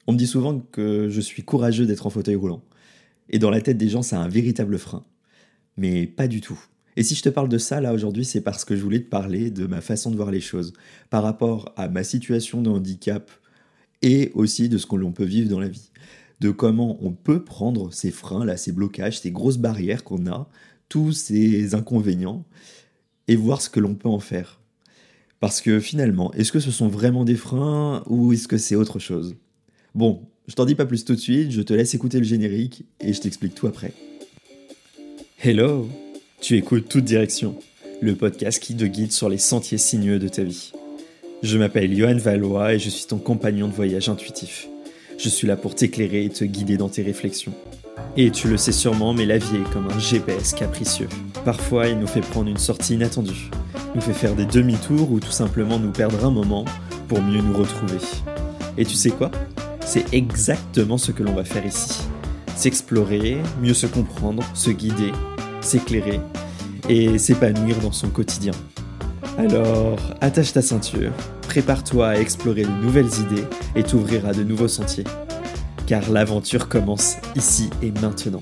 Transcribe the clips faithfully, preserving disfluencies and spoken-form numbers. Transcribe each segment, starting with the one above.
On me dit souvent que je suis courageux d'être en fauteuil roulant. Et dans la tête des gens, ça a un véritable frein. Mais pas du tout. Et si je te parle de ça là aujourd'hui, c'est parce que je voulais te parler de ma façon de voir les choses par rapport à ma situation de handicap et aussi de ce que l'on peut vivre dans la vie. De comment on peut prendre ces freins là, ces blocages, ces grosses barrières qu'on a, tous ces inconvénients et voir ce que l'on peut en faire. Parce que finalement, est-ce que ce sont vraiment des freins ou est-ce que c'est autre chose? Bon, je t'en dis pas plus tout de suite, je te laisse écouter le générique et je t'explique tout après. Hello, tu écoutes Toute Direction, le podcast qui te guide sur les sentiers sinueux de ta vie. Je m'appelle Yohan Valois et je suis ton compagnon de voyage intuitif. Je suis là pour t'éclairer et te guider dans tes réflexions. Et tu le sais sûrement, mais la vie est comme un G P S capricieux. Parfois, il nous fait prendre une sortie inattendue, nous fait faire des demi-tours ou tout simplement nous perdre un moment pour mieux nous retrouver. Et tu sais quoi ? C'est exactement ce que l'on va faire ici. S'explorer, mieux se comprendre, se guider, s'éclairer et s'épanouir dans son quotidien. Alors, attache ta ceinture, prépare-toi à explorer de nouvelles idées et t'ouvrir à de nouveaux sentiers. Car l'aventure commence ici et maintenant.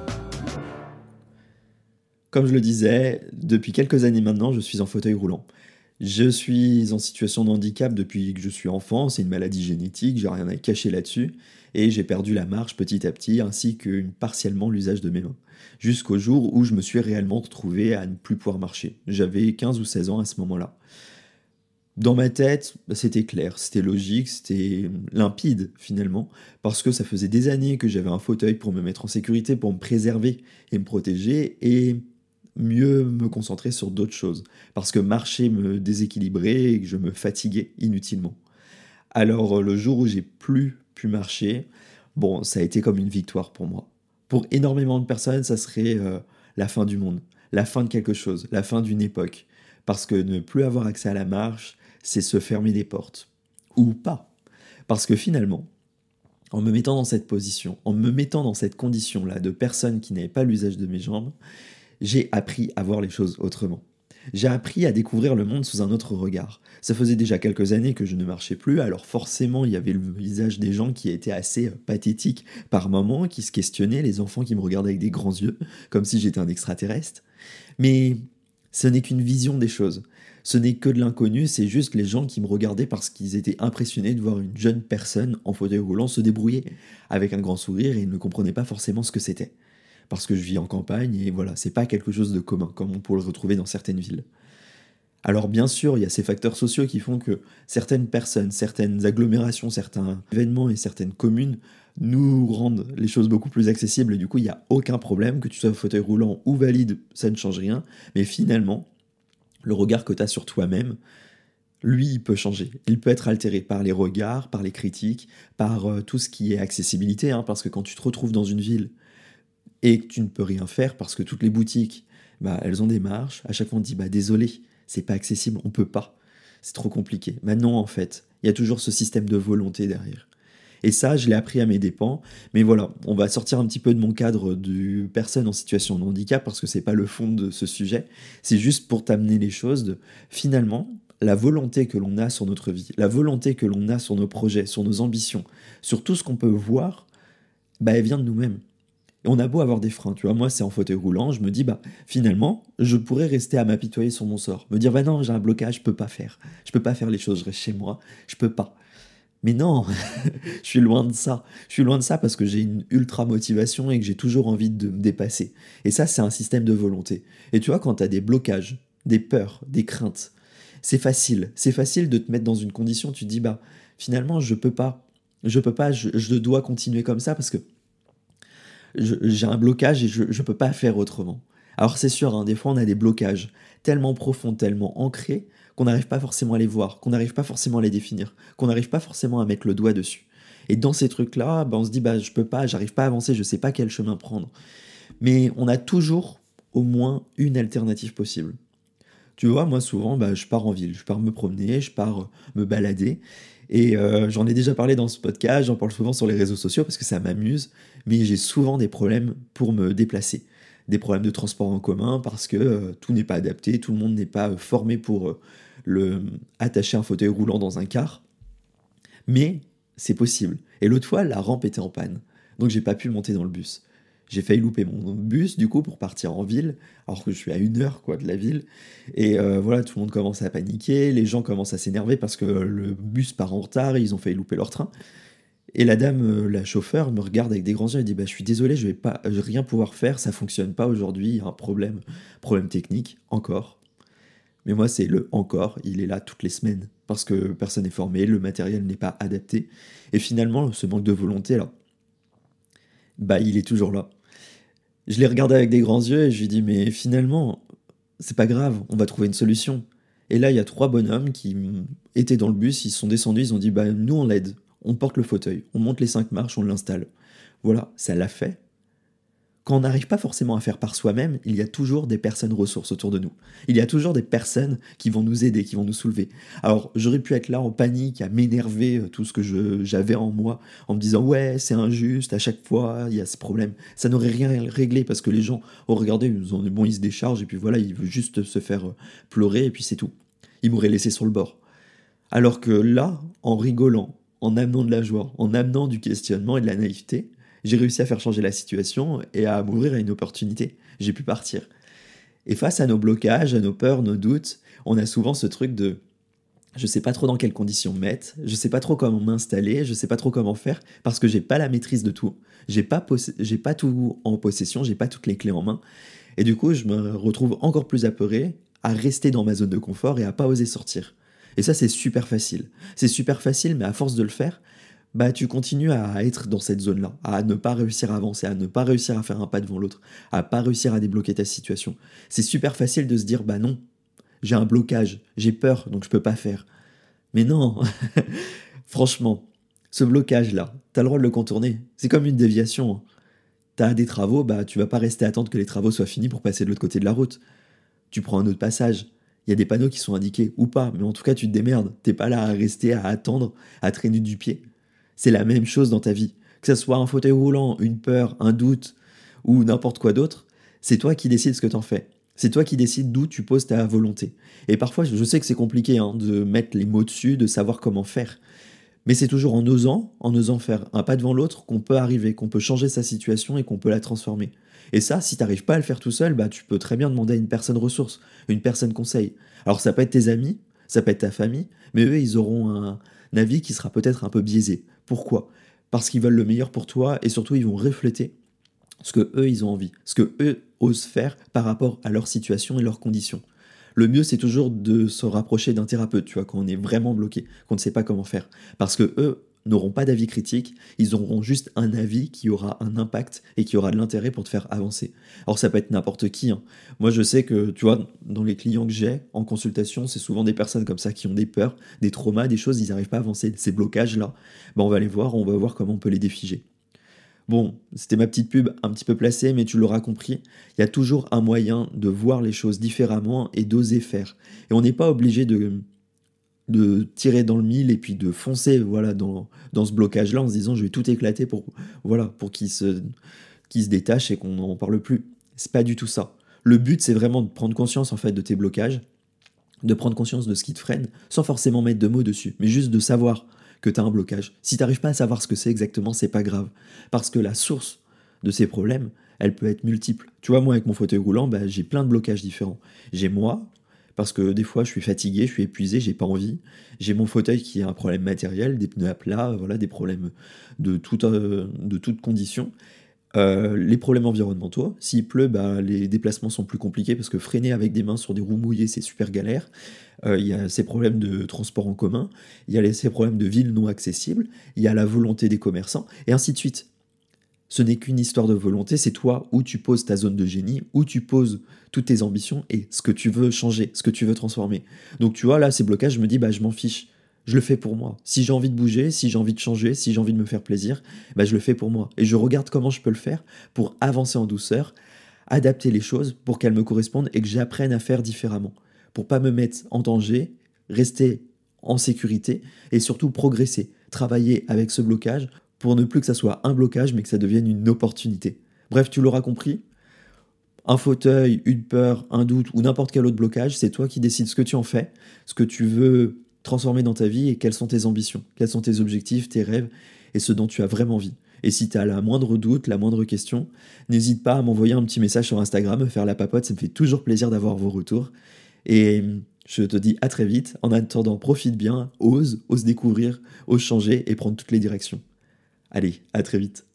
Comme je le disais, depuis quelques années maintenant, je suis en fauteuil roulant. Je suis en situation de handicap depuis que je suis enfant, c'est une maladie génétique, j'ai rien à cacher là-dessus, et j'ai perdu la marche petit à petit, ainsi que partiellement l'usage de mes mains, jusqu'au jour où je me suis réellement retrouvé à ne plus pouvoir marcher. J'avais quinze ou seize ans à ce moment-là. Dans ma tête, c'était clair, c'était logique, c'était limpide finalement, parce que ça faisait des années que j'avais un fauteuil pour me mettre en sécurité, pour me préserver et me protéger, et mieux me concentrer sur d'autres choses, parce que marcher me déséquilibrait et que je me fatiguais inutilement. Alors le jour où j'ai plus pu marcher, bon, ça a été comme une victoire pour moi. Pour énormément de personnes, ça serait euh, la fin du monde, la fin de quelque chose, la fin d'une époque, parce que ne plus avoir accès à la marche, c'est se fermer des portes. Ou pas. Parce que finalement, en me mettant dans cette position, en me mettant dans cette condition-là de personne qui n'avait pas l'usage de mes jambes, j'ai appris à voir les choses autrement. J'ai appris à découvrir le monde sous un autre regard. Ça faisait déjà quelques années que je ne marchais plus, alors forcément il y avait le visage des gens qui étaient assez pathétiques par moments, qui se questionnaient, les enfants qui me regardaient avec des grands yeux, comme si j'étais un extraterrestre. Mais ce n'est qu'une vision des choses. Ce n'est que de l'inconnu, c'est juste les gens qui me regardaient parce qu'ils étaient impressionnés de voir une jeune personne en fauteuil roulant se débrouiller avec un grand sourire et ils ne comprenaient pas forcément ce que c'était. Parce que je vis en campagne et voilà, c'est pas quelque chose de commun comme on pourrait le retrouver dans certaines villes. Alors bien sûr, il y a ces facteurs sociaux qui font que certaines personnes, certaines agglomérations, certains événements et certaines communes nous rendent les choses beaucoup plus accessibles et du coup il n'y a aucun problème, que tu sois fauteuil roulant ou valide, ça ne change rien, mais finalement, le regard que tu as sur toi-même, lui, il peut changer. Il peut être altéré par les regards, par les critiques, par euh, tout ce qui est accessibilité, hein, parce que quand tu te retrouves dans une ville et que tu ne peux rien faire parce que toutes les boutiques, bah, elles ont des marches. À chaque fois, on te dit bah, désolé, c'est pas accessible, on peut pas. C'est trop compliqué. Maintenant, en fait, il y a toujours ce système de volonté derrière. Et ça, je l'ai appris à mes dépens. Mais voilà, on va sortir un petit peu de mon cadre de personne en situation de handicap parce que c'est pas le fond de ce sujet. C'est juste pour t'amener les choses de finalement la volonté que l'on a sur notre vie, la volonté que l'on a sur nos projets, sur nos ambitions, sur tout ce qu'on peut voir, bah, elle vient de nous-mêmes. Et on a beau avoir des freins, tu vois, moi c'est en fauteuil roulant, je me dis, bah finalement, je pourrais rester à m'apitoyer sur mon sort. Me dire, bah non, j'ai un blocage, je peux pas faire. Je peux pas faire les choses, je reste chez moi, je peux pas. Mais non, je suis loin de ça. Je suis loin de ça parce que j'ai une ultra motivation et que j'ai toujours envie de me dépasser. Et ça, c'est un système de volonté. Et tu vois, quand tu as des blocages, des peurs, des craintes, c'est facile. C'est facile de te mettre dans une condition, tu te dis, bah finalement, je peux pas. Je peux pas, je, je dois continuer comme ça parce que je- j'ai un blocage et je ne peux pas faire autrement. Alors c'est sûr, hein, des fois on a des blocages tellement profonds, tellement ancrés, qu'on n'arrive pas forcément à les voir, qu'on n'arrive pas forcément à les définir, qu'on n'arrive pas forcément à mettre le doigt dessus. Et dans ces trucs-là, bah, on se dit, bah, je peux pas, j'arrive pas à avancer, je sais pas quel chemin prendre. Mais on a toujours au moins une alternative possible. Tu vois, moi souvent, bah, je pars en ville, je pars me promener, je pars euh, me balader. Et euh, j'en ai déjà parlé dans ce podcast, j'en parle souvent sur les réseaux sociaux parce que ça m'amuse, mais j'ai souvent des problèmes pour me déplacer. Des problèmes de transport en commun parce que euh, tout n'est pas adapté, tout le monde n'est pas euh, formé pour euh, le, attacher un fauteuil roulant dans un car. Mais c'est possible. Et l'autre fois, la rampe était en panne. Donc j'ai pas pu monter dans le bus. J'ai failli louper mon bus, du coup, pour partir en ville, alors que je suis à une heure, quoi, de la ville. Et euh, voilà, tout le monde commence à paniquer, les gens commencent à s'énerver parce que le bus part en retard et ils ont failli louper leur train. Et la dame, euh, la chauffeur, me regarde avec des grands yeux et dit: bah, je suis désolé, je vais pas je vais rien pouvoir faire, ça fonctionne pas aujourd'hui, il y a un problème, problème technique, encore. Mais moi, c'est le encore, il est là toutes les semaines, parce que personne n'est formé, le matériel n'est pas adapté. Et finalement, ce manque de volonté, là, bah, il est toujours là. Je l'ai regardé avec des grands yeux et je lui dis: mais finalement, c'est pas grave, on va trouver une solution. Et là, il y a trois bonhommes qui mm, étaient dans le bus, ils sont descendus, ils ont dit: bah, nous, on l'aide, on porte le fauteuil, on monte les cinq marches, on l'installe. Voilà, ça l'a fait. Quand on n'arrive pas forcément à faire par soi-même, il y a toujours des personnes ressources autour de nous. Il y a toujours des personnes qui vont nous aider, qui vont nous soulever. Alors, j'aurais pu être là en panique, à m'énerver, euh, tout ce que je- j'avais en moi, en me disant: ouais, c'est injuste, à chaque fois, il y a ce problème. Ça n'aurait rien réglé parce que les gens ont regardé, ils ont dit: bon, ils se déchargent, et puis voilà, ils veulent juste se faire euh, pleurer, et puis c'est tout. Ils m'auraient laissé sur le bord. Alors que là, en rigolant, en amenant de la joie, en amenant du questionnement et de la naïveté, j'ai réussi à faire changer la situation et à m'ouvrir à une opportunité. J'ai pu partir. Et face à nos blocages, à nos peurs, nos doutes, on a souvent ce truc de: je sais pas trop dans quelles conditions me mettre, je sais pas trop comment m'installer, je sais pas trop comment faire parce que j'ai pas la maîtrise de tout. J'ai pas, poss- j'ai pas tout en possession, j'ai pas toutes les clés en main. Et du coup, je me retrouve encore plus apeuré à rester dans ma zone de confort et à pas oser sortir. Et ça, c'est super facile. C'est super facile, mais à force de le faire, bah tu continues à être dans cette zone-là, à ne pas réussir à avancer, à ne pas réussir à faire un pas devant l'autre, à pas réussir à débloquer ta situation. C'est super facile de se dire: bah non, j'ai un blocage, j'ai peur, donc je peux pas faire. Mais non, franchement, ce blocage-là, t'as le droit de le contourner. C'est comme une déviation, hein. T'as des travaux, bah tu vas pas rester à attendre que les travaux soient finis pour passer de l'autre côté de la route. Tu prends un autre passage. Il y a des panneaux qui sont indiqués ou pas, mais en tout cas, tu te démerdes. T'es pas là à rester, à attendre, à traîner du pied. C'est la même chose dans ta vie. Que ce soit un fauteuil roulant, une peur, un doute ou n'importe quoi d'autre, c'est toi qui décides ce que t'en fais. C'est toi qui décides d'où tu poses ta volonté. Et parfois, je sais que c'est compliqué, hein, de mettre les mots dessus, de savoir comment faire. Mais c'est toujours en osant, en osant faire un pas devant l'autre qu'on peut arriver, qu'on peut changer sa situation et qu'on peut la transformer. Et ça, si t'arrives pas à le faire tout seul, bah tu peux très bien demander à une personne ressource, une personne conseil. Alors ça peut être tes amis, ça peut être ta famille, mais eux, ils auront un avis qui sera peut-être un peu biaisé. Pourquoi? Parce qu'ils veulent le meilleur pour toi et surtout ils vont refléter ce que eux ils ont envie, ce que eux osent faire par rapport à leur situation et leurs conditions. Le mieux, c'est toujours de se rapprocher d'un thérapeute, tu vois, quand on est vraiment bloqué, qu'on ne sait pas comment faire. Parce que eux n'auront pas d'avis critique, ils auront juste un avis qui aura un impact et qui aura de l'intérêt pour te faire avancer. Alors ça peut être n'importe qui, hein. Moi je sais que, tu vois, dans les clients que j'ai en consultation, c'est souvent des personnes comme ça qui ont des peurs, des traumas, des choses, ils n'arrivent pas à avancer. Ces blocages-là, ben on va les voir, on va voir comment on peut les défiger. Bon, c'était ma petite pub un petit peu placée, mais tu l'auras compris, il y a toujours un moyen de voir les choses différemment et d'oser faire. Et on n'est pas obligé de, de tirer dans le mille et puis de foncer, voilà, dans, dans ce blocage-là en se disant: je vais tout éclater pour, voilà, pour qu'il se, qu'il se détache et qu'on n'en parle plus. C'est pas du tout ça. Le but, c'est vraiment de prendre conscience en fait de tes blocages, de prendre conscience de ce qui te freine, sans forcément mettre de mots dessus, mais juste de savoir que tu as un blocage. Si tu n'arrives pas à savoir ce que c'est exactement, c'est pas grave. Parce que la source de ces problèmes, elle peut être multiple. Tu vois, moi, avec mon fauteuil roulant, bah, j'ai plein de blocages différents. J'ai moi, parce que des fois, je suis fatigué, je suis épuisé, j'ai pas envie. J'ai mon fauteuil qui a un problème matériel, des pneus à plat, voilà, des problèmes de, toute, euh, de toutes conditions. Euh, les problèmes environnementaux, s'il pleut, bah, les déplacements sont plus compliqués parce que freiner avec des mains sur des roues mouillées, c'est super galère. Euh, Il y a ces problèmes de transport en commun, il y a les- ces problèmes de villes non accessibles, il y a la volonté des commerçants, et ainsi de suite. Ce n'est qu'une histoire de volonté, c'est toi où tu poses ta zone de génie, où tu poses toutes tes ambitions et ce que tu veux changer, ce que tu veux transformer. Donc tu vois, là, ces blocages, je me dis: bah je m'en fiche. Je le fais pour moi. Si j'ai envie de bouger, si j'ai envie de changer, si j'ai envie de me faire plaisir, bah je le fais pour moi. Et je regarde comment je peux le faire pour avancer en douceur, adapter les choses pour qu'elles me correspondent et que j'apprenne à faire différemment. Pour pas me mettre en danger, rester en sécurité et surtout progresser, travailler avec ce blocage pour ne plus que ça soit un blocage mais que ça devienne une opportunité. Bref, tu l'auras compris, un fauteuil, une peur, un doute ou n'importe quel autre blocage, c'est toi qui décides ce que tu en fais, ce que tu veux transformer dans ta vie et quelles sont tes ambitions, quels sont tes objectifs, tes rêves et ce dont tu as vraiment envie. Et si tu as la moindre doute, la moindre question, n'hésite pas à m'envoyer un petit message sur Instagram, me faire la papote, ça me fait toujours plaisir d'avoir vos retours. Et je te dis à très vite. En attendant, profite bien, ose, ose découvrir, ose changer et prendre toutes les directions. Allez, à très vite.